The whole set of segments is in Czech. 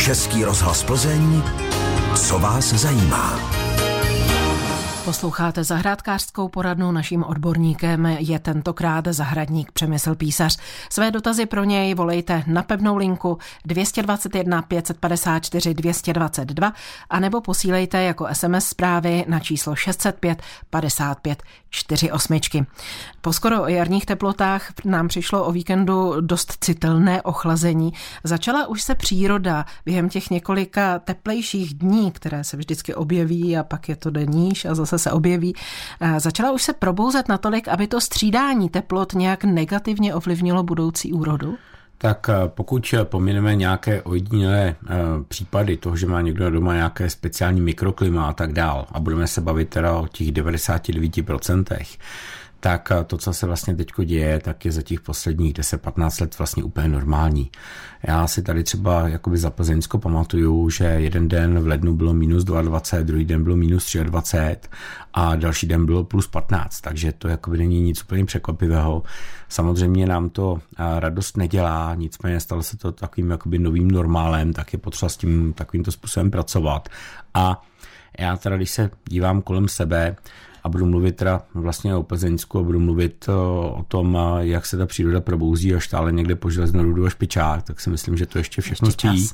Český rozhlas Plzeň, co vás zajímá. Posloucháte zahrádkářskou poradnu, naším odborníkem je tentokrát zahradník Přemysl Písař. Své dotazy pro něj volejte na pevnou linku 221 554 222 anebo posílejte jako SMS zprávy na číslo 605 55 48. Po skoro jarních teplotách nám přišlo o víkendu dost citelné ochlazení. Začala už se příroda během těch několika teplejších dní, které se vždycky objeví a pak je to deníž a zase se objeví, začala už se probouzet natolik, aby to střídání teplot nějak negativně ovlivnilo budoucí úrodu? Tak pokud pomineme nějaké ojedinělé případy toho, že má někdo doma nějaké speciální mikroklima a tak dál a budeme se bavit teda o těch 99%, tak to, co se vlastně teďko děje, tak je za těch posledních 10-15 let vlastně úplně normální. Já si tady třeba jakoby za Plzeňsko pamatuju, že jeden den v lednu bylo minus 22, druhý den bylo minus 23 a další den bylo plus 15, takže to jakoby není nic úplně překvapivého. Samozřejmě nám to radost nedělá, nicméně stalo se to takovým jakoby novým normálem, tak je potřeba s tím takovýmto způsobem pracovat. A já teda, když se dívám kolem sebe, a budu mluvit teda vlastně o Plzeňsku a budu mluvit o tom, jak se ta příroda probouzí až stále někde po Železnorudu a Špičák, tak si myslím, že to ještě všechno spí.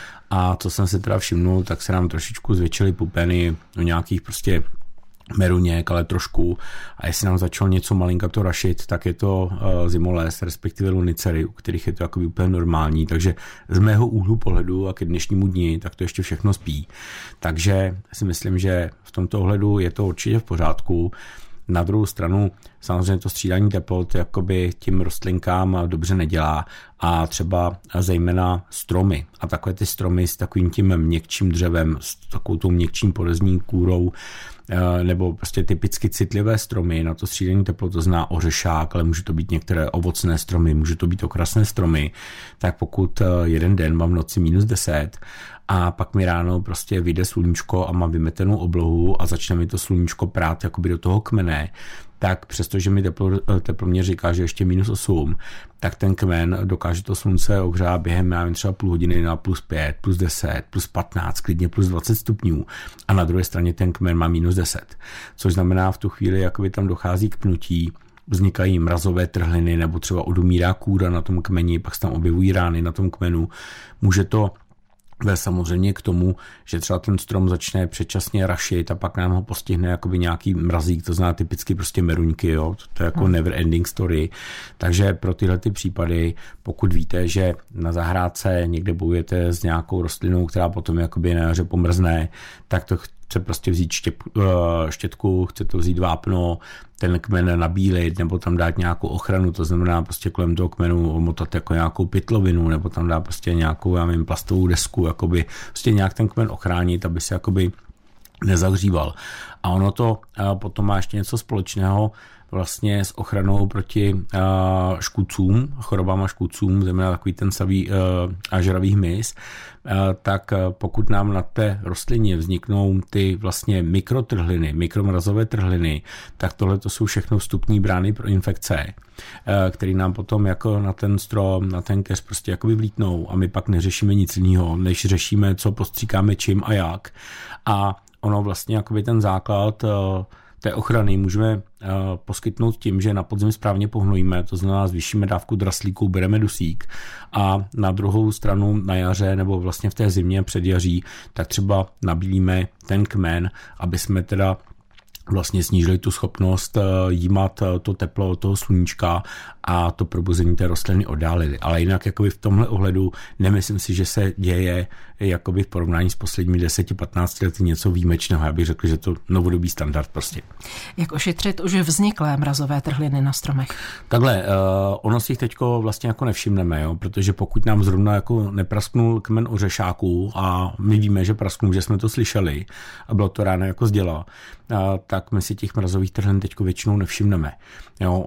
A co jsem si teda všimnul, tak se nám trošičku zvětšily pupeny o nějakých prostě meruněk, ale trošku. A jestli nám začalo něco malinka to rašit, tak je to zimolés, respektive lunicery, u kterých je to jakoby úplně normální. Takže z mého úhlu pohledu a ke dnešnímu dni, tak to ještě všechno spí. Takže si myslím, že v tomto ohledu je to určitě v pořádku. Na druhou stranu samozřejmě to střídání teplot jakoby tím rostlinkám dobře nedělá a třeba zejména stromy a takové ty stromy s takovým tím měkčím dřevem, s takovou tou měkčím porezní kůrou nebo prostě typicky citlivé stromy na to střídání teplot, to zná ořešák, ale může to být některé ovocné stromy, může to být okrasné stromy, tak pokud jeden den mám v noci minus 10 a pak mi ráno prostě vyjde sluníčko a mám vymetenou oblohu a začne mi to sluníčko prát jakoby do toho kmene, tak přestože mi teploměr říká, že ještě minus 8, tak ten kmen dokáže to slunce ohřát během, já vím, třeba půl hodiny na plus 5, plus 10, plus 15, klidně plus 20 stupňů a na druhé straně ten kmen má minus 10, což znamená v tu chvíli, jakoby tam dochází k pnutí, vznikají mrazové trhliny nebo třeba odumírá kůra na tom kmeni, pak se tam objevují rány na tom kmenu, může to vést samozřejmě k tomu, že třeba ten strom začne předčasně rašit a pak nám ho postihne jakoby nějaký mrazík, to znamená typicky prostě meruňky, jo? To je jako never ending story. Takže pro tyhle ty případy, pokud víte, že na zahrádce někde bojujete s nějakou rostlinou, která potom jakoby na jaře pomrzne, tak to chce prostě vzít štětku, chce to vzít vápno, ten kmen nabílit nebo tam dát nějakou ochranu, to znamená prostě kolem toho kmenu omotat jako nějakou pytlovinu nebo tam dát prostě nějakou, já nevím, plastovou desku, jakoby prostě nějak ten kmen ochránit, aby se jakoby nezahříval. A ono to potom má ještě něco společného vlastně s ochranou proti škůdcům, chorobám a škůdcům, zejména takový ten savý a žravý hmyz, tak pokud nám na té rostlině vzniknou ty vlastně mikrotrhliny, mikromrazové trhliny, tak tohle to jsou všechno vstupní brány pro infekce, které nám potom jako na ten strom, na ten keř prostě jakoby vlítnou a my pak neřešíme nic jiného, než řešíme, co postříkáme čím a jak. A ono vlastně jakoby ten základ té ochrany můžeme poskytnout tím, že na podzim správně pohnojíme, to znamená zvýšíme dávku draslíků, bereme dusík a na druhou stranu na jaře nebo vlastně v té zimě předjaří, tak třeba nabílíme ten kmen, aby jsme teda vlastně snížili tu schopnost jímat to teplo od toho sluníčka a to probuzení té rostliny oddálili. Ale jinak jakoby v tomhle ohledu nemyslím si, že se děje jakoby v porovnání s posledními 10-15 lety něco výjimečného. Já bych řekl, že to novodobý standard prostě. Jak ošetřit už vzniklé mrazové trhliny na stromech? Takhle, ono si jich teďko vlastně jako nevšimneme, jo? Protože pokud nám zrovna jako neprasknul kmen ořešáků a my víme, že prasknul, že jsme to slyšeli a bylo to ráno jako z děla, tak my si těch mrazových trhlin teďko většinou nevšimneme. Jo,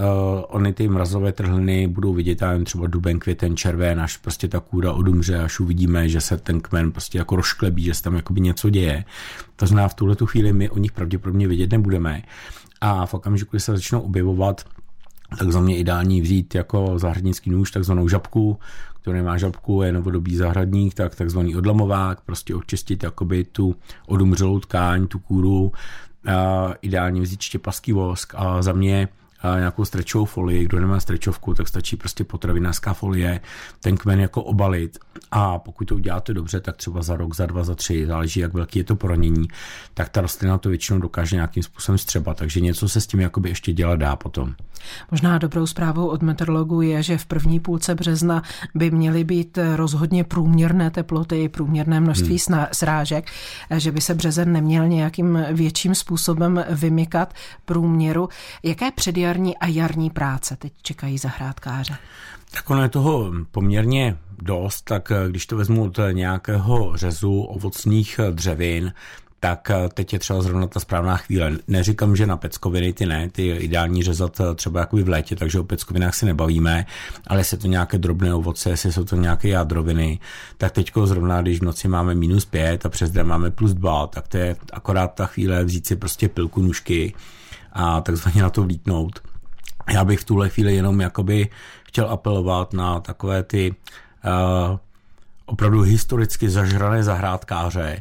oni ty mrazové trhliny budou vidět, já nevím, třeba duben, květen, červen, až prostě ta kůra odumře, až uvidíme, že se ten kmen prostě jako rozklebí, že se tam jakoby něco děje. To znamená, v tuhletu chvíli my o nich pravděpodobně vidět nebudeme. A v okamžiku, kdy se začnou objevovat tak za mě ideální vzít jako zahradnický nůž, takzvanou žabku, kdo nemá žabku, je novodobý zahradník, tak takzvaný odlamovák, prostě očistit jakoby tu odumřelou tkáň, tu kůru, ideálně vzít štěpaský vosk a za mě nějakou strečovou folii, kdo nemá strečovku, tak stačí prostě potravinářská folie, ten kmen jako obalit a pokud to uděláte dobře, tak třeba za rok, za 2, za 3, záleží, jak velký je to poranění, tak ta rostlina to většinou dokáže nějakým způsobem střebat, takže něco se s tím jakoby ještě dělat dá potom. Možná dobrou zprávou od meteorologů je, že v první půlce března by měly být rozhodně průměrné teploty, průměrné množství srážek, že by se březen neměl nějakým větším způsobem vymykat průměru. Jaké předjarní a jarní práce teď čekají zahrádkáře? Tak ono je toho poměrně dost, tak když to vezmu od nějakého řezu ovocných dřevin, tak teď je třeba zrovna ta správná chvíle. Neříkám, že na peckoviny ty ne, ty je ideální řezat třeba jakoby v létě, takže o peckovinách si nebavíme, ale jestli je to nějaké drobné ovoce, jestli jsou to nějaké jádroviny, tak teďko zrovna, když v noci máme -5 a přes den máme +2, tak to je akorát ta chvíle vzít si prostě pilku nůžky a takzvaně na to vlítnout. Já bych v tuhle chvíli jenom jakoby chtěl apelovat na takové ty opravdu historicky zažrané zahrádkáře,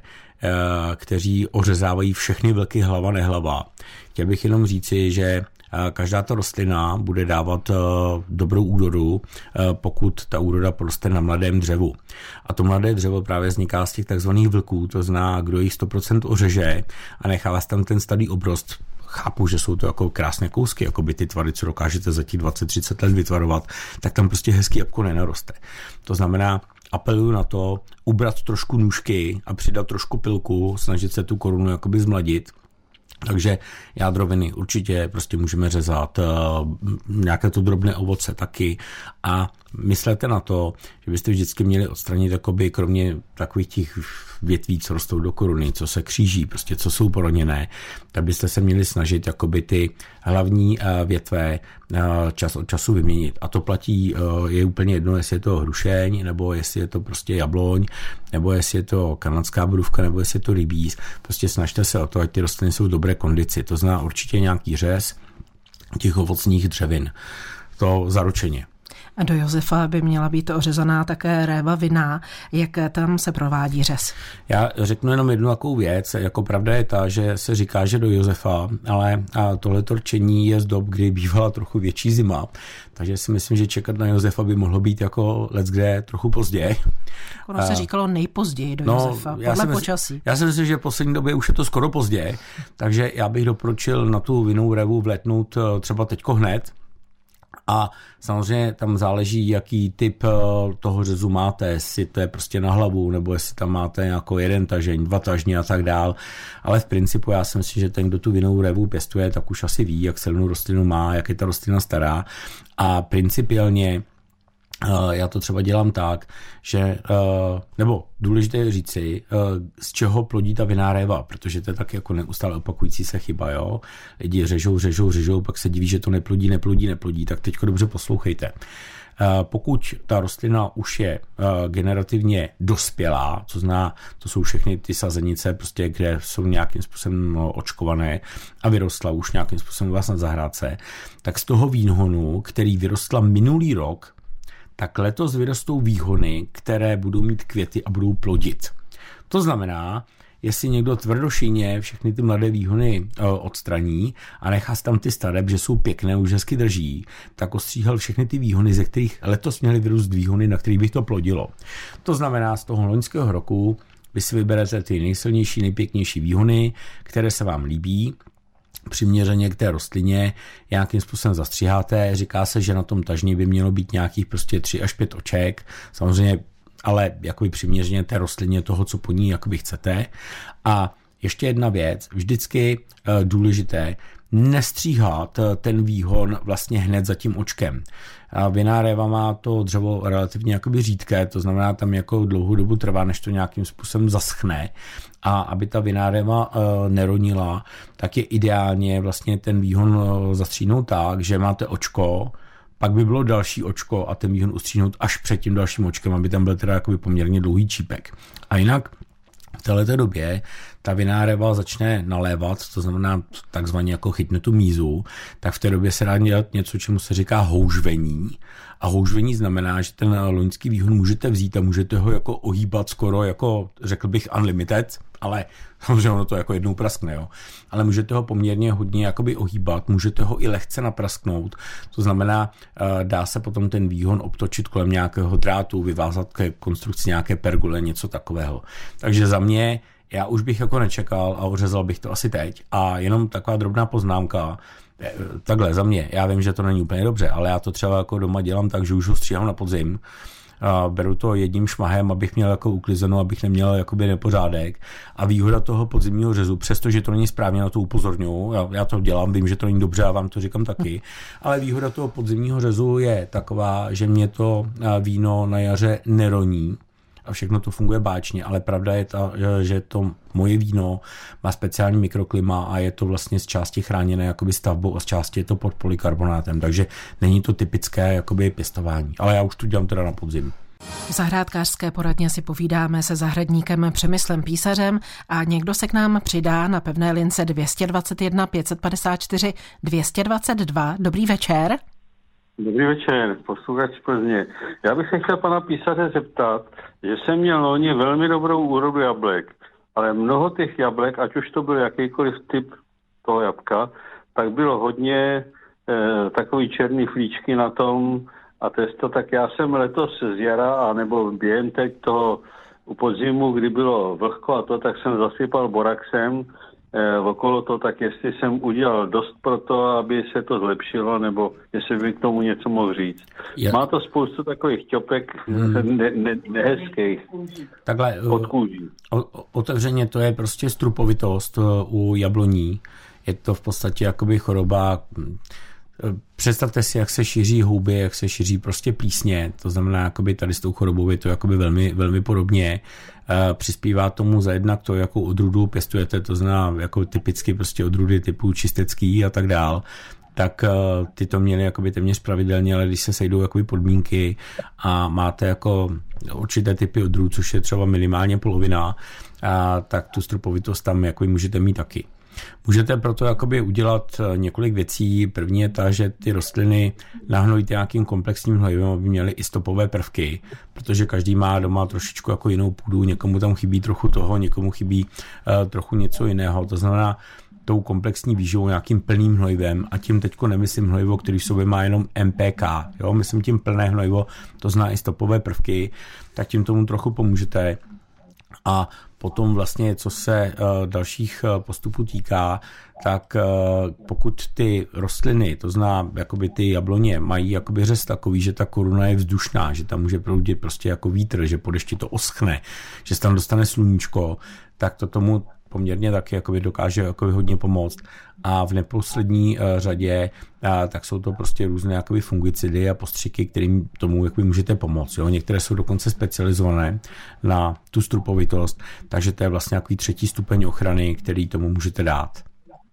kteří ořezávají všechny vlky hlava nehlava. Chtěl bych jenom říci, že každá ta rostlina bude dávat dobrou úrodu, pokud ta úroda poroste na mladém dřevu. A to mladé dřevo právě vzniká z těch takzvaných vlků, to znamená, kdo jich 100% ořeže a nechává tam ten starý obrost. Chápu, že jsou to jako krásné kousky, jako by ty tvary, co dokážete za těch 20-30 let vytvarovat, tak tam prostě hezký jabko nenaroste. To znamená, apeluju na to, ubrat trošku nůžky a přidat trošku pilku, snažit se tu korunu jakoby zmladit. Takže jádroviny určitě prostě můžeme řezat, nějaké to drobné ovoce taky a myslete na to, že byste vždycky měli odstranit jakoby kromě takových těch větví, co rostou do koruny, co se kříží, prostě co jsou poroněné, tak byste se měli snažit jakoby ty hlavní větve čas od času vyměnit. A to platí, je úplně jedno, jestli je to hrušeň, nebo jestli je to prostě jabloň, nebo jestli je to kanadská borůvka, nebo jestli je to rybíz. Prostě snažte se o to, ať ty rostliny jsou v dobré kondici. To znamená určitě nějaký řez těch ovocných dřevin. To zaručeně. A do Josefa by měla být ořezaná také réva vinná. Jak tam se provádí řez? Já řeknu jenom jednu takovou věc. Jako pravda je ta, že se říká, že do Josefa, ale tohleto rčení je z dob, kdy bývala trochu větší zima. Takže si myslím, že čekat na Josefa by mohlo být jako leckde trochu později. Ono se říkalo nejpozději do Josefa, podle počasí. Já si myslím, že v poslední době už je to skoro pozdě, takže já bych doporučil na tu vinnou révu vletnout třeba teďko hned. A samozřejmě tam záleží, jaký typ toho řezu máte, jestli to je prostě na hlavu, nebo jestli tam máte jako 1 tažeň, 2 tažně a tak dál. Ale v principu já si myslím, že ten, kdo tu vinnou révu pěstuje, tak už asi ví, jak silnou rostlinu má, jak je ta rostlina stará. A principiálně já to třeba dělám tak, že, nebo důležité je říci, z čeho plodí ta vinná réva, protože to je tak jako neustále opakující se chyba, jo. Lidi řežou, pak se diví, že to neplodí, tak teďko dobře poslouchejte. Pokud ta rostlina už je generativně dospělá, co zná, to jsou všechny ty sazenice, prostě, kde jsou nějakým způsobem očkované a vyrostla už nějakým způsobem vás na zahrádce, tak z toho výhonu, který vyrostla minulý rok, tak letos vyrostou výhony, které budou mít květy a budou plodit. To znamená, jestli někdo tvrdošíně všechny ty mladé výhony odstraní a nechá tam ty staré, že jsou pěkné, už hezky drží, tak ostříhal všechny ty výhony, ze kterých letos měly vyrůst výhony, na kterých bych to plodilo. To znamená, z toho loňského roku vy si vyberete ty nejsilnější, nejpěknější výhony, které se vám líbí, přiměřeně k té rostlině nějakým způsobem zastříháte. Říká se, že na tom tažni by mělo být nějakých prostě 3 až 5 oček. Samozřejmě, ale jakoby přiměřeně té rostlině toho, co po ní jakoby chcete. A ještě jedna věc, vždycky důležité, nestříhat ten výhon vlastně hned za tím očkem. Vinná réva má to dřevo relativně jakoby řídké, to znamená tam jako dlouhou dobu trvá, než to nějakým způsobem zaschne. A aby ta vinná réva neronila, tak je ideálně vlastně ten výhon zastříhnout tak, že máte očko, pak by bylo další očko a ten výhon ustříhnout až před tím dalším očkem, aby tam byl teda jakoby poměrně dlouhý čípek. A jinak v této době ta vinná réva začne nalévat, to znamená takzvaně jako chytne tu mízu, tak v té době se dá dělat něco, čemu se říká houžvení. A houžvení znamená, že ten loňský výhon můžete vzít a můžete ho jako ohýbat skoro jako, řekl bych, unlimited, ale samozřejmě ono to jako jednou praskne, jo. Ale můžete ho poměrně hodně jakoby ohýbat, můžete ho i lehce naprasknout, to znamená, dá se potom ten výhon obtočit kolem nějakého drátu, vyvázat ke konstrukci nějaké pergole, něco takového. Takže za mě, já už bych jako nečekal a ořezal bych to asi teď. A jenom taková drobná poznámka, takhle za mě, já vím, že to není úplně dobře, ale já to třeba jako doma dělám tak, že už ho stříhám na podzim, beru to jedním šmahem, abych měl jako uklizeno, abych neměl jakoby nepořádek. A výhoda toho podzimního řezu, přestože to není správně, na to upozorňuji, já to dělám, vím, že to není dobře a vám to říkám taky, ale výhoda toho podzimního řezu je taková, že mě to víno na jaře neroní a všechno to funguje báčně, ale pravda je ta, že to moje víno má speciální mikroklima a je to vlastně z části chráněné jakoby stavbou a z části je to pod polykarbonátem, takže není to typické jakoby pěstování, ale já už to dělám teda na podzim. V zahrádkářské poradně si povídáme se zahradníkem Přemyslem Písařem a někdo se k nám přidá na pevné lince 221 554 222. Dobrý večer. Dobrý večer, posluchač Plzně. Já bych se chtěl pana Písaře zeptat, že jsem měl loni velmi dobrou úrodu jablek, ale mnoho těch jablek, ať už to byl jakýkoliv typ toho jabka, tak bylo hodně takový černý flíčky na tom a testo, tak já jsem letos z jara, anebo během teď toho u podzimu, kdy bylo vlhko a to, tak jsem zasypal boraxem okolo to, tak jestli jsem udělal dost pro to, aby se to zlepšilo, nebo jestli by k tomu něco mohl říct. Má to spoustu takových ťopek nehezkých pod kůží. Otevřeně to je prostě strupovitost u jabloní. Je to v podstatě jakoby choroba. Představte si, jak se šíří houby, jak se šíří prostě plísně, to znamená, jakoby tady s tou chorobou je to jakoby velmi, velmi podobně. Přispívá tomu za jednak to, jakou odrůdu pěstujete, to znamená jako typicky prostě odrůdy typu čistecký a tak dál, tak ty to měly jakoby téměř pravidelně, ale když se sejdou jakoby podmínky a máte jako určité typy odrůd, což je třeba minimálně polovina, tak tu strupovitost tam jakoby můžete mít taky. Můžete proto jakoby udělat několik věcí. První je ta, že ty rostliny nahnojit nějakým komplexním hnojivem, aby měly i stopové prvky, protože každý má doma trošičku jako jinou půdu, někomu tam chybí trochu toho, někomu chybí trochu něco jiného. To znamená tou komplexní výživou nějakým plným hnojivem a tím teďko nemyslím hnojivo, který v sobě má jenom MPK, jo? Myslím tím plné hnojivo, to zná i stopové prvky, tak tím tomu trochu pomůžete. A potom vlastně, co se dalších postupů týká, tak pokud ty rostliny, to zná jakoby ty jabloně, mají jakoby řez takový, že ta koruna je vzdušná, že tam může proudit prostě jako vítr, že po dešti to oschne, že se tam dostane sluníčko, tak to tomu poměrně taky jakoby dokáže jakoby hodně pomoct. A v neposlední řadě tak jsou to prostě různé jakoby fungicidy a postřiky, kterým tomu jakoby můžete pomoct. Jo? Některé jsou dokonce specializované na tu strupovitost, takže to je vlastně takový 3. stupeň ochrany, který tomu můžete dát.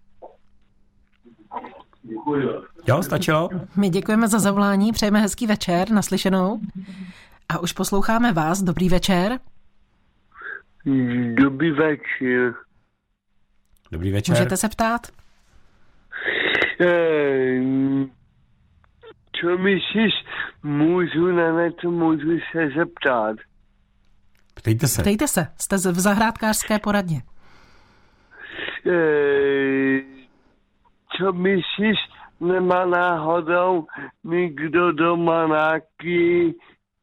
Děkuji. Jo, stačilo? My děkujeme za zavolání, přejeme hezký večer, naslyšenou. A už posloucháme vás, dobrý večer. Dobrý večer. Dobrý večer. Můžete se ptát? Co myslíš, můžu se zeptat? Ptejte se. Ptejte se, jste v zahrádkářské poradně. Co myslíš, nemá náhodou nikdo doma nějaký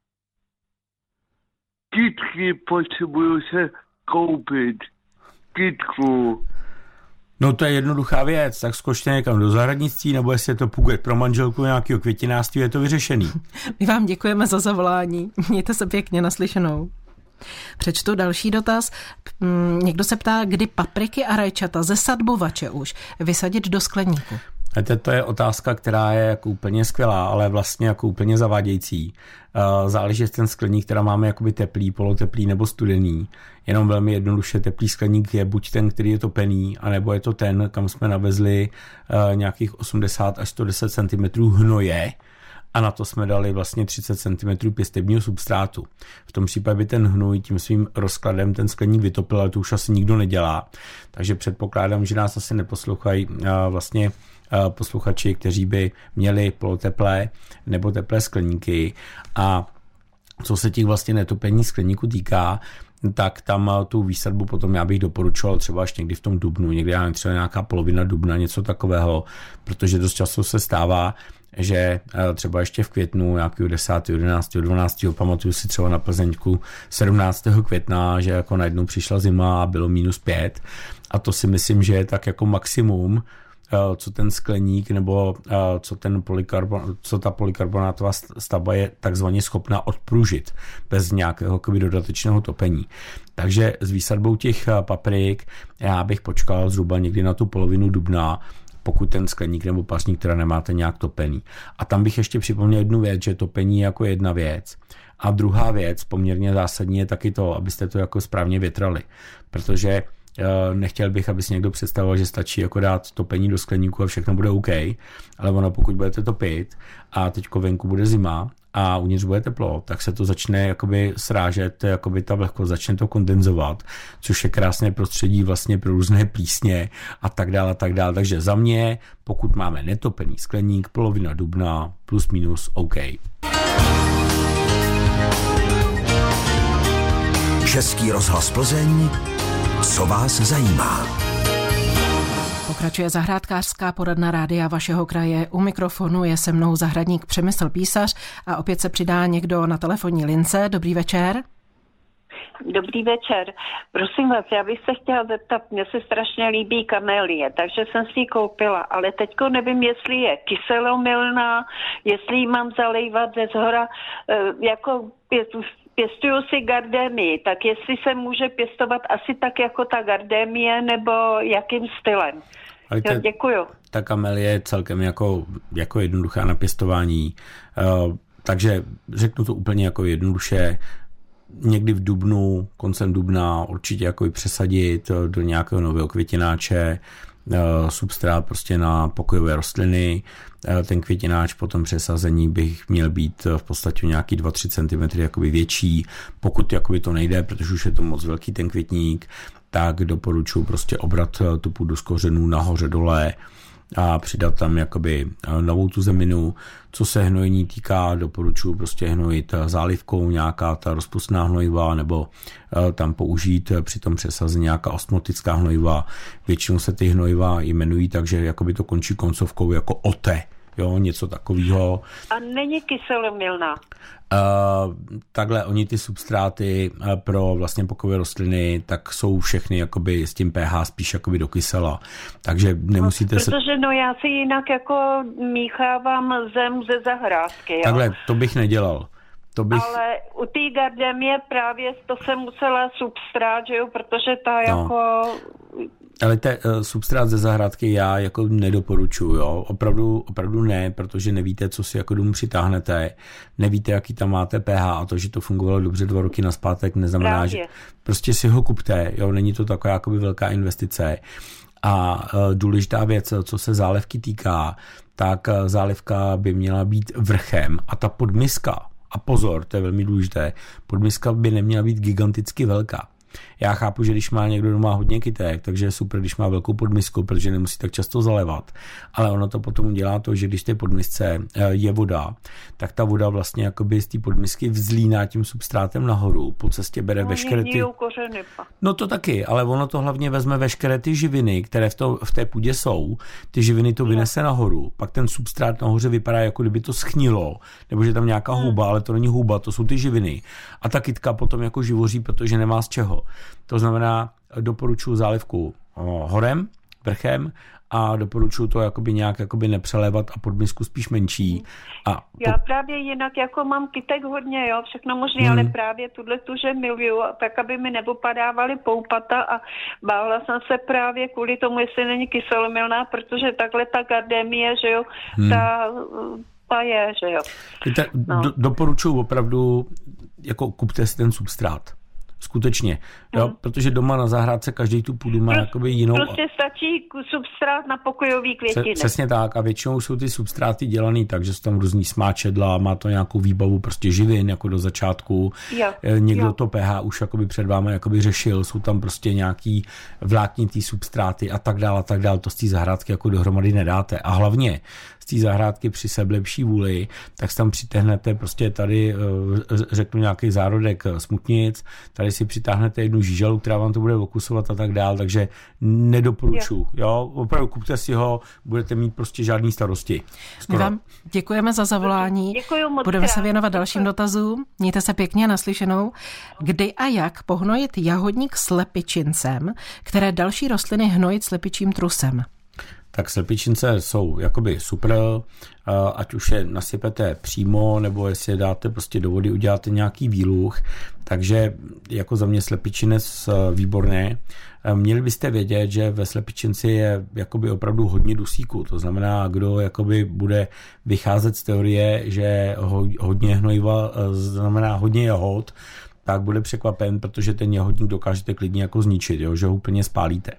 kytky, potřebuju se koupit kytku. No to je jednoduchá věc, tak zkočte někam do zahradnictví, nebo jestli je to půjde pro manželku nějakého květinářství, je to vyřešený. My vám děkujeme za zavolání, mějte se pěkně, naslyšenou. Přečtu další dotaz. Někdo se ptá, kdy papriky a rajčata ze sadbovače už vysadit do skleníku. To je otázka, která je jako úplně skvělá, ale vlastně jako úplně zavádějící. Záleží, jestli ten skleník, která máme jakoby teplý, poloteplý nebo studený. Jenom velmi jednoduše teplý skleník je buď ten, který je topený, anebo je to ten, kam jsme navezli nějakých 80 až 110 cm hnoje, a na to jsme dali vlastně 30 cm pěstebního substrátu. V tom případě by ten hnůj tím svým rozkladem ten skleník vytopil, ale to už asi nikdo nedělá. Takže předpokládám, že nás asi neposlouchají vlastně posluchači, kteří by měli poloteplé nebo teplé skleníky. A co se těch vlastně netopení skleníku týká, tak tam tu výsadbu potom já bych doporučoval třeba až někdy v tom dubnu, někdy třeba nějaká polovina dubna, něco takového, protože dost často se stává, že třeba ještě v květnu, nějakého 10., 11., 12., pamatuju si třeba na Plzeňku 17. května, že jako najednou přišla zima a bylo -5 a to si myslím, že je tak jako maximum, co ten skleník nebo co ta polykarbonátová stavba je takzvaně schopná odpružit bez nějakého dodatečného topení. Takže s výsadbou těch paprik já bych počkal zhruba někdy na tu polovinu dubna, pokud ten skleník nebo pařník teda nemáte nějak topený. A tam bych ještě připomněl jednu věc, že topení je jako jedna věc. A druhá věc, poměrně zásadní, je taky to, abyste to jako správně větrali. Protože nechtěl bych, aby si někdo představoval, že stačí jako dát topení do skleníku a všechno bude OK, ale ono pokud budete topit a teďko venku bude zima a uvnitř bude teplo, tak se to začne jakoby srážet, jakoby ta vlhkost, začne to kondenzovat, což je krásné prostředí vlastně pro různé plísně a tak dále, tak dále. Takže za mě, pokud máme netopený skleník, polovina dubna, plus minus OK. Český rozhlas Plzeň. Co vás zajímá? Pokračuje zahrádkářská poradna rádia vašeho kraje. U mikrofonu je se mnou zahradník Přemysl Písař a opět se přidá někdo na telefonní lince. Dobrý večer. Dobrý večer. Prosím vás, já bych se chtěla zeptat, mně se strašně líbí kamelie, takže jsem si ji koupila, ale teďko nevím, jestli je kyselomylná, jestli ji mám zalejvat ze zhora, jako pěstuju si gardémii, tak jestli se může pěstovat asi tak jako ta gardémie, nebo jakým stylem. Děkuju. Ta kamelie je celkem jako jednoduchá na pěstování, takže řeknu to úplně jako jednoduše. Někdy v dubnu, koncem dubna určitě jako i přesadit do nějakého nového květináče, substrát prostě na pokojové rostliny. Ten květináč po tom přesazení bych měl být v podstatě nějaký 2-3 cm jakoby větší. Pokud jakoby to nejde, protože už je to moc velký ten květník, tak doporučuji prostě obrat tu půdu z kořenů nahoře dole a přidat tam jakoby novou tu zeminu. Co se hnojení týká, doporučuji prostě hnojit zálivkou, nějaká ta rozpustná hnojiva, nebo tam použít při tom přesazení nějaká osmotická hnojiva. Většinou se ty hnojiva jmenují, takže jakoby to končí koncovkou jako OTE, jo, něco takového. A není kyselomylná? Takhle oni ty substráty pro vlastně pokojové rostliny, tak jsou všechny jakoby s tím pH spíš jakoby do kysela. Takže nemusíte protože já si jinak jako míchávám zem ze zahrádky. Jo? Takhle, to bych nedělal. Ale u té gardémie právě to jsem musela substrát, že jo, protože ta jako... Ale substrát ze zahrádky já jako nedoporučuji, jo. Opravdu ne, protože nevíte, co si jako domů přitáhnete, nevíte, jaký tam máte pH a to, že to fungovalo dobře 2 roky nazpátek, neznamená, že prostě si ho kupte, jo, není to taková jakoby velká investice. A důležitá věc, co se zálivky týká, tak zálivka by měla být vrchem a ta podmiska, a pozor, to je velmi důležité, podmiska by neměla být giganticky velká. Já chápu, že když má někdo doma hodně kytek, takže je super, když má velkou podmisku, protože nemusí tak často zalévat. Ale ono to potom dělá to, že když v té podmisce je voda, tak ta voda vlastně jakoby z té podmisky vzlíná tím substrátem nahoru, po cestě bere veškeré ty... No to taky, ale ono to hlavně vezme veškeré ty živiny, které v té půdě jsou, ty živiny to vynese nahoru, pak ten substrát nahoře vypadá, jako kdyby to schnilo, nebo že tam nějaká houba, ale to není houba, to jsou ty živiny. A ta kytka potom jako živoří, protože nemá z čeho. To znamená, doporučuji zálivku horem, vrchem a doporučuji to jakoby nějak jakoby nepřelévat a podmisku spíš menší. Já právě jinak jako mám kytek hodně, jo, všechno možné, ale právě tu, že miluju, tak aby mi neopadávaly poupata a bála jsem se právě kvůli tomu, jestli není kyselomylná, protože takhle ta gardémie, že jo, ta je, že jo. Doporučuji opravdu, jako kupte si ten substrát. skutečně. Jo, protože doma na zahrádce každý tu půdu má jakoby jinou. Prostě stačí substrát na pokojový květiny. Přesně tak a většinou jsou ty substráty dělaný tak, že jsou tam různý smáčedla, má to nějakou výbavu prostě živin jako do začátku. Někdo to pH už jakoby před vámi jakoby řešil, jsou tam prostě nějaký vláknitý substráty a tak dále, to z té zahrádky jako dohromady nedáte. A hlavně z té zahrádky při seblepší vůli, tak si tam přitáhnete prostě tady, řeknu nějaký zárodek smutnic, tady si přitáhnete jednu žížalu, která vám to bude okusovat a tak dále, takže nedoporučuji. Jo, opravdu kupte si ho, budete mít prostě žádný starosti. My vám děkujeme za zavolání. Budeme se věnovat dalším dotazům. Mějte se pěkně, naslyšenou. Kdy a jak pohnojit jahodník slepičincem, které další rostliny hnojit slepičím trusem? Tak slepičince jsou jakoby super, ať už je nasypete přímo, nebo jestli je dáte prostě do vody, uděláte nějaký výluch, takže jako za mě slepičinec výborné. Měli byste vědět, že ve slepičinci je jakoby opravdu hodně dusíku, to znamená, kdo jakoby bude vycházet z teorie, že hodně hnojiva znamená hodně jahod, tak bude překvapen, protože ten jahodník dokážete klidně jako zničit, jo, že ho úplně spálíte.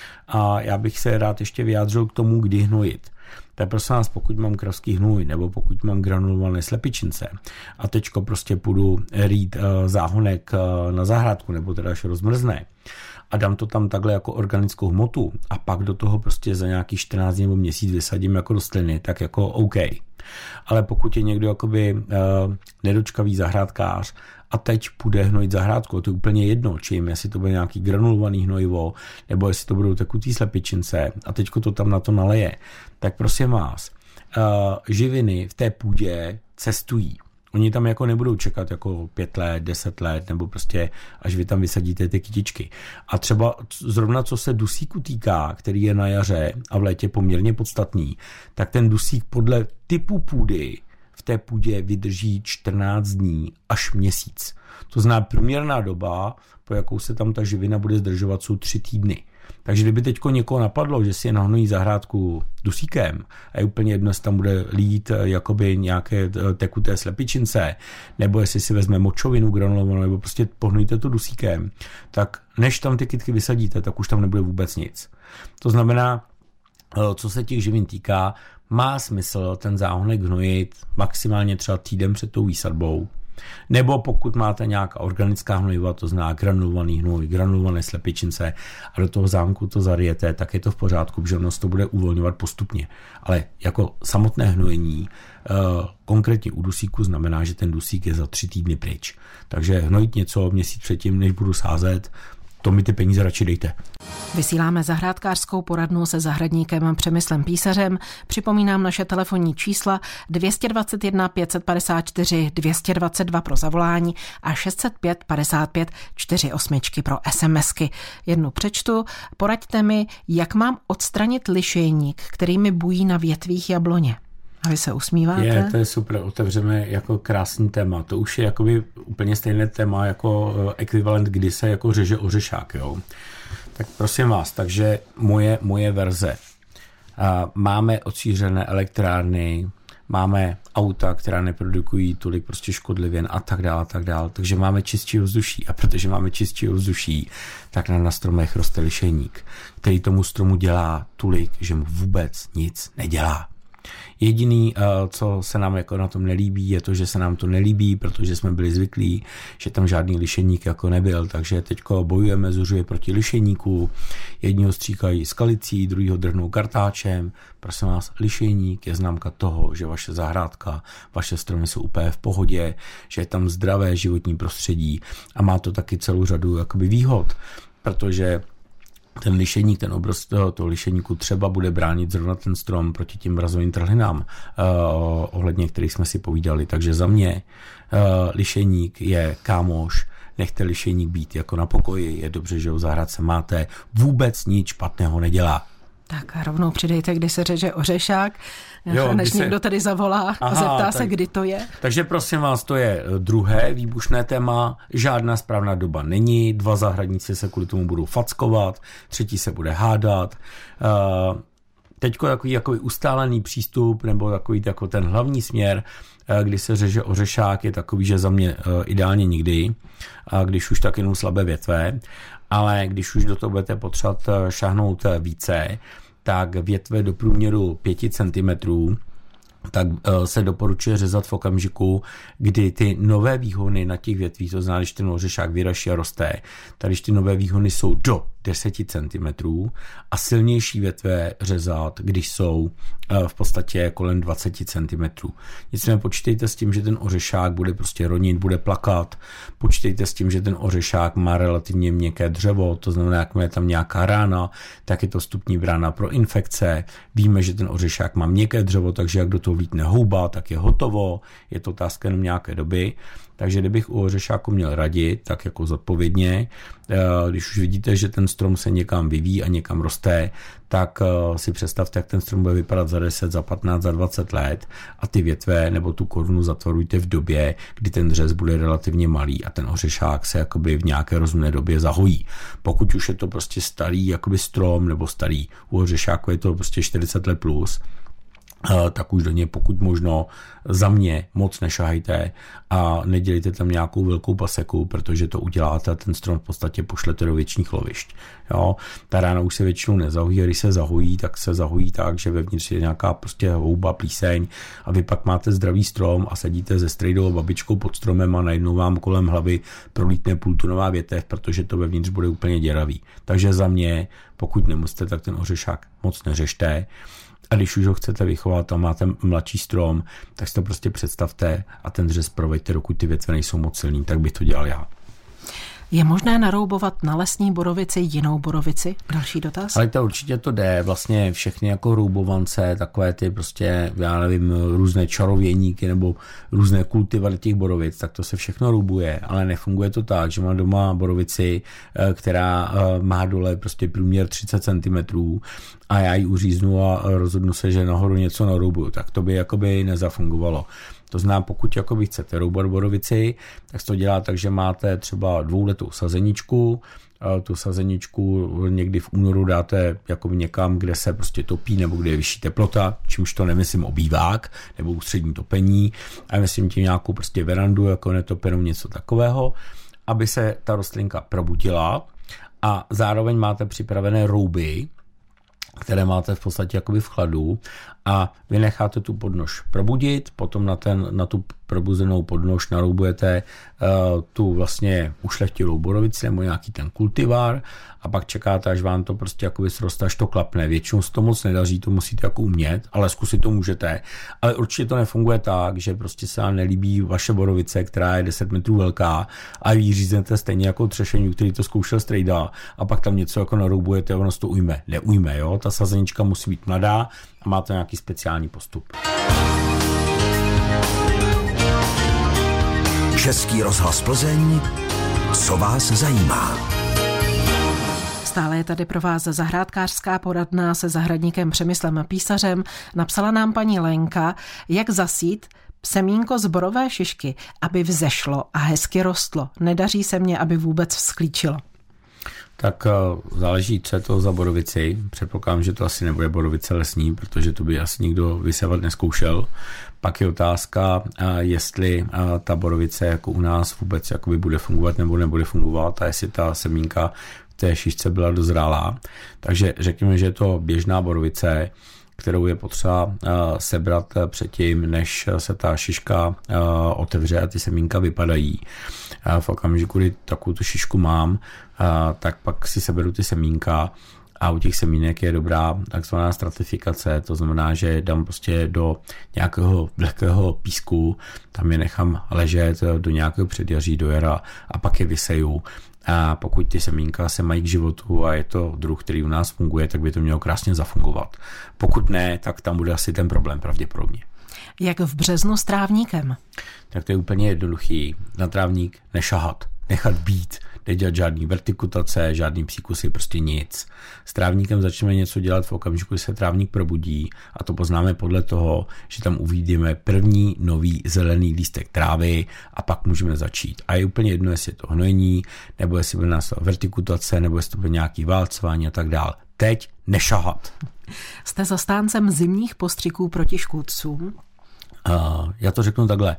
A já bych se rád ještě vyjádřil k tomu, kdy hnojit. Tak prosím vás, pokud mám kravský hnůj nebo pokud mám granulované slepičince a teďko prostě půjdu rýt záhonek na zahrádku nebo teda až rozmrzne a dám to tam takhle jako organickou hmotu a pak do toho prostě za nějaký 14 dní nebo měsíc vysadím jako rostliny, tak jako OK. Ale pokud je někdo jakoby nedočkavý zahrádkář a teď půjde hnojit zahrádku, to je úplně jedno, čím, jestli to bude nějaký granulovaný hnojivo, nebo jestli to budou tekutý slepičince a teďko to tam na to naleje, tak prosím vás, živiny v té půdě cestují. Oni tam jako nebudou čekat jako 5 let, 10 let, nebo prostě až vy tam vysadíte ty kytičky. A třeba zrovna co se dusíku týká, který je na jaře a v létě poměrně podstatný, tak ten dusík podle typu půdy v té půdě vydrží 14 dní až měsíc. To znamená průměrná doba, po jakou se tam ta živina bude zdržovat, jsou 3 týdny. Takže kdyby teďko někoho napadlo, že si je nahnojí zahrádku dusíkem a je úplně jedno, jestli tam bude lít jakoby nějaké tekuté slepičince, nebo jestli si vezme močovinu granulovanou, nebo prostě pohnojíte to dusíkem, tak než tam ty kytky vysadíte, tak už tam nebude vůbec nic. To znamená, co se těch živin týká, má smysl ten záhonek hnojit maximálně třeba týden před tou výsadbou. Nebo pokud máte nějaká organická hnojiva, to znamená granulovaný hnoj, granulované slepičince a do toho zámku to zarijete, tak je to v pořádku, protože ono to bude uvolňovat postupně. Ale jako samotné hnojení konkrétně u dusíku znamená, že ten dusík je za 3 týdny pryč. Takže hnojit něco měsíc předtím, než budu sázet, to mi ty peníze radši dejte. Vysíláme zahrádkářskou poradnu se zahradníkem Přemyslem Písařem. Připomínám naše telefonní čísla 221 554 222 pro zavolání a 605 55 48 pro SMSky. Jednu přečtu. Poraďte mi, jak mám odstranit lišejník, který mi bují na větvích jabloně. A vy se usmíváte? To je super, otevřeme jako krásný téma. To už je jakoby úplně stejné téma jako ekvivalent, kdy se jako řeže ořešák. Jo? Tak prosím vás, takže moje verze. Máme odsířené elektrárny, máme auta, která neprodukují tolik prostě škodlivin a tak dále, tak dále. Takže máme čistší ovzduší. A protože máme čistší ovzduší, tak na stromech roste lišejník, který tomu stromu dělá tolik, že mu vůbec nic nedělá. Jediný, co se nám jako na tom nelíbí, je to, že se nám to nelíbí, protože jsme byli zvyklí, že tam žádný lišejník jako nebyl, takže teďko bojujeme zuřuje proti lišejníku, jedního stříkají skalicí, druhýho drhnou kartáčem. Prosím vás, lišejník je známka toho, že vaše zahrádka, vaše stromy jsou úplně v pohodě, že je tam zdravé životní prostředí a má to taky celou řadu jakoby výhod, protože ten lišejník, ten obrost toho lišejníku třeba bude bránit zrovna ten strom proti těm mrazovým trhlinám, ohledně kterých jsme si povídali. Takže za mě lišejník je kámoš, nechte lišejník být jako na pokoji, je dobře, že ho v zahrádce máte, vůbec nic špatného nedělá. Tak a rovnou přidejte, kdy se řeže ořešák, než někdo tady zavolá a zeptá se, kdy to je. Takže prosím vás, to je druhé výbušné téma. Žádná správná doba není. 2 zahradníci se kvůli tomu budou fackovat, 3. se bude hádat. Teďko takový ustálený přístup nebo takový jako ten hlavní směr. kdy se řeže ořešák, je takový, že za mě ideálně nikdy, a když už tak jenom slabé větve, ale když už do toho budete potřebovat šáhnout více, tak větve do průměru 5 cm, tak se doporučuje řezat v okamžiku, kdy ty nové výhony na těch větvích, to znamená, když ten ořešák vyraší a roste, tak když ty nové výhony jsou do 10 cm a silnější větve řezat, když jsou v podstatě kolem 20 cm. Nicméně počítejte s tím, že ten ořešák bude prostě ronit, bude plakat. Počítejte s tím, že ten ořešák má relativně měkké dřevo, to znamená, jak je tam nějaká rána, tak je to vstupní brána pro infekce. Víme, že ten ořešák má měkké dřevo, takže jak do toho vlítne houba, tak je hotovo. Je to otázka jenom nějaké doby. Takže kdybych u ořešáku měl radit, tak jako zodpovědně, když už vidíte, že ten strom se někam vyvíjí a někam roste, tak si představte, jak ten strom bude vypadat za 10, za 15, za 20 let a ty větve nebo tu korunu zatvarujte v době, kdy ten dřez bude relativně malý a ten ořešák se jakoby v nějaké rozumné době zahojí. Pokud už je to prostě starý jakoby strom nebo starý, u ořešáku je to prostě 40 let plus, tak už do něj pokud možno za mě moc nešahajte a nedělejte tam nějakou velkou paseku, protože to uděláte a ten strom v podstatě pošlete do věčných lovišť. Jo? Ta rána už se většinou nezahojí, když se zahojí, tak se zahojí tak, že vevnitř je nějaká prostě houba, plíseň a vy pak máte zdravý strom a sedíte se strejdou babičkou pod stromem a najednou vám kolem hlavy prolítne půltunová větev, protože to vevnitř bude úplně děravý. Takže za mě, pokud nemusíte, tak ten ořešák moc neřešte. A když už ho chcete vychovat a máte mladší strom, tak si to prostě představte a ten dřez proveďte, dokud ty větve nejsou moc silný, tak bych to dělal já. Je možné naroubovat na lesní borovici jinou borovici? Další dotaz? Ale to určitě to jde. Vlastně všechny jako roubovance, takové ty prostě, já nevím, různé čarověníky nebo různé kultivary těch borovic, tak to se všechno roubuje, ale nefunguje to tak, že mám doma borovici, která má dole prostě průměr 30 cm a já ji uříznu a rozhodnu se, že nahoru něco naroubuju. Tak to by jakoby nezafungovalo. To znamená, pokud jakoby chcete roubat borovici, tak se to dělá tak, že máte třeba 2letou sazeničku, tu sazeničku někdy v únoru dáte jakoby někam, kde se prostě topí nebo kde je vyšší teplota, čímž to nemyslím obývák nebo ústřední topení, a myslím tím nějakou prostě verandu, jako netopenou, něco takového, aby se ta rostlinka probudila a zároveň máte připravené rouby, které máte v podstatě jakoby v chladu a vy necháte tu podnož probudit, potom na tu probuzenou podnož naroubujete tu vlastně ušlechtilou borovici nebo nějaký ten kultivar a pak čekáte, až vám to prostě jakoby sroste, až to klapne. Většinou se to moc nedaří, to musíte jako umět, ale zkusit to můžete. Ale určitě to nefunguje tak, že prostě se vám nelíbí vaše borovice, která je 10 metrů velká a vy ji říznete stejně jako třešení, který to zkoušel strejda a pak tam něco jako naroubujete a ono se to ujme. Neujme, jo? Ta sazenička musí být mladá a má to nějaký speciální postup. Český rozhlas Plzeň, co vás zajímá? Stále je tady pro vás zahrádkářská poradna se zahradníkem Přemyslem Písařem. Napsala nám paní Lenka, jak zasít semínko z borové šišky, aby vzešlo a hezky rostlo. Nedaří se mně, aby vůbec vzklíčilo. Tak záleží, co je to za borovici. Předpokládám, že to asi nebude borovice lesní, protože to by asi nikdo vysevat neskoušel. Pak je otázka, jestli ta borovice jako u nás vůbec jakoby bude fungovat nebo nebude fungovat a jestli ta semínka v té šišce byla dozrálá. Takže řekněme, že je to běžná borovice, kterou je potřeba sebrat předtím, než se ta šiška otevře a ty semínka vypadají. V okamžiku, kdy takovou tu šišku mám, tak pak si seberu ty semínka a u těch semínek je dobrá takzvaná stratifikace, to znamená, že dám prostě do nějakého vlhkého písku, tam je nechám ležet do nějakého předjaří, do jara a pak je vyseju. A pokud ty semínka se mají k životu a je to druh, který u nás funguje, tak by to mělo krásně zafungovat. Pokud ne, tak tam bude asi ten problém pravděpodobně. Jak v březnu s trávníkem? Tak to je úplně jednoduchý. Na trávník nešahat, nechat být, nedělat žádný vertikutace, žádný příkusy, prostě nic. S trávníkem začneme něco dělat v okamžiku, kdy se trávník probudí a to poznáme podle toho, že tam uvidíme první nový zelený lístek trávy a pak můžeme začít. A je úplně jedno, jestli je to hnojení, nebo jestli bude nás vertikutace, nebo jestli to bude nějaký válcování a tak dál. Teď nešahat. Jste zastáncem zimních postřiků proti škůdcům? Já to řeknu takhle.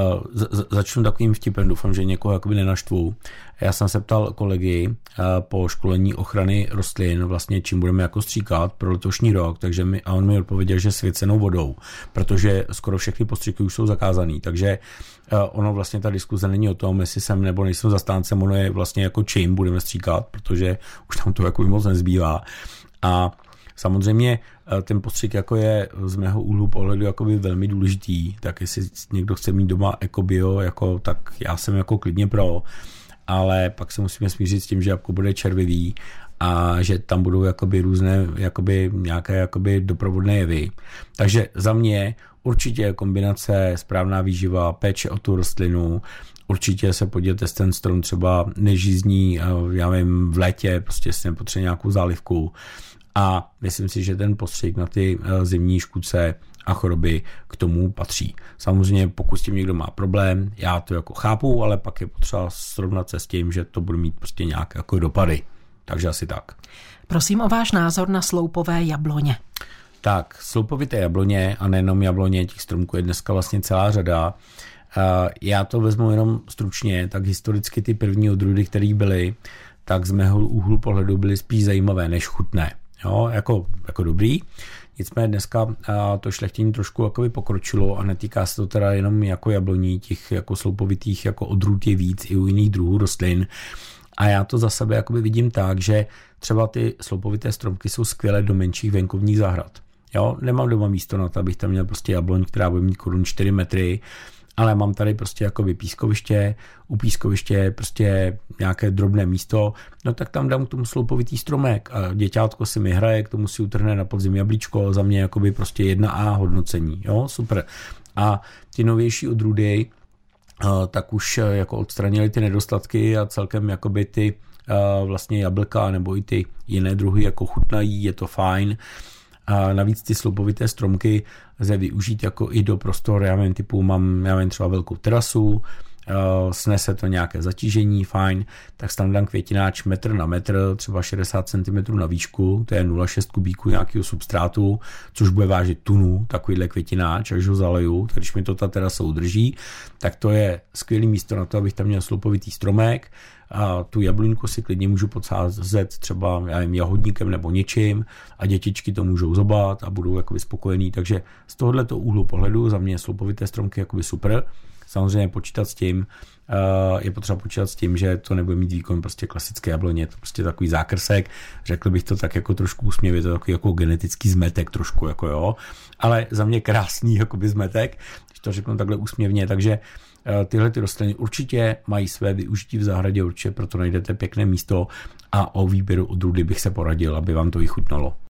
Začnu takovým vtipem, doufám, že někoho jakoby nenaštvu. Já jsem se ptal kolegy po školení ochrany rostlin, vlastně čím budeme jako stříkat pro letošní rok, a on mi odpověděl, že svěcenou vodou, protože skoro všechny postřiky už jsou zakázaný, takže ono vlastně ta diskuze není o tom, jestli jsem nebo nejsem zastáncem, ono je vlastně jako čím budeme stříkat, protože už tam to jako moc nezbývá. A samozřejmě ten postřik jako je z mého úhlu pohledu jakoby velmi důležitý, tak jestli někdo chce mít doma ekobio, jako, tak já jsem jako klidně pro, ale pak se musíme smířit s tím, že jabko bude červivý a že tam budou jakoby různé jakoby nějaké jakoby doprovodné jevy. Takže za mě určitě kombinace správná výživa, péče o tu rostlinu, určitě se podívejte, ten strom třeba nežízní, já vím, v létě, prostě si nepotřebuje nějakou zálivku. A myslím si, že ten postřik na ty zimní škůdce a choroby k tomu patří. Samozřejmě pokud s tím někdo má problém, já to jako chápu, ale pak je potřeba srovnat se s tím, že to bude mít prostě nějaké jako dopady. Takže asi tak. Prosím o váš názor na sloupové jabloně. Tak, sloupovité jabloně a nejenom jabloně, těch stromků je dneska vlastně celá řada. Já to vezmu jenom stručně, tak historicky ty první odrůdy, které byly, tak z mého úhlu pohledu byly spíš zajímavé než chutné. Jo, jako dobrý. Nicméně dneska to šlechtění trošku jakoby pokročilo a netýká se to teda jenom jako jabloní, těch jako sloupovitých jako odrůd je víc i u jiných druhů rostlin. A já to za sebe jakoby vidím tak, že třeba ty sloupovité stromky jsou skvělé do menších venkovních zahrad. Jo, nemám doma místo na to, abych tam měl prostě jabloň, která bude mít korun 4 metry, ale mám tady prostě jakoby pískoviště, u pískoviště prostě nějaké drobné místo, no tak tam dám k tomu sloupovitý stromek a děťátko si mi hraje, k tomu si utrhne na podzim jablíčko, za mě jakoby prostě 1A hodnocení, jo, super. A ty novější odrůdy tak už jako odstranili ty nedostatky a celkem jakoby ty vlastně jablka nebo i ty jiné druhy jako chutnají, je to fajn. A navíc ty sloupovité stromky lze využít jako i do prostor, já vím, typu mám třeba velkou terasu, snese to nějaké zatížení, fajn, tak tam dám květináč metr na metr, třeba 60 cm na výšku, to je 0,6 kubíku nějakého substrátu, což bude vážit tunu, takovýhle květináč, až ho zaleju, tak když mi to ta terasa udrží, tak to je skvělé místo na to, abych tam měl sloupovitý stromek, a tu jabloňku si klidně můžu podsázet třeba jahodníkem nebo něčím a dětičky to můžou zobat a budou jakoby spokojení, takže z tohoto úhlu pohledu za mě sloupovité stromky jakoby super. Samozřejmě je potřeba počítat s tím, že to nebude mít výkon prostě klasické jabloně, to prostě takový zákrsek, řekl bych to tak jako trošku úsměvě, to je takový jako genetický zmetek trošku, jako jo, ale za mě krásný jakoby zmetek, když to řeknu takhle úsměvně, takže tyhle ty rostliny určitě mají své využití v zahradě, určitě proto najdete pěkné místo a o výběru odrůdy bych se poradil, aby vám to i chutnalo.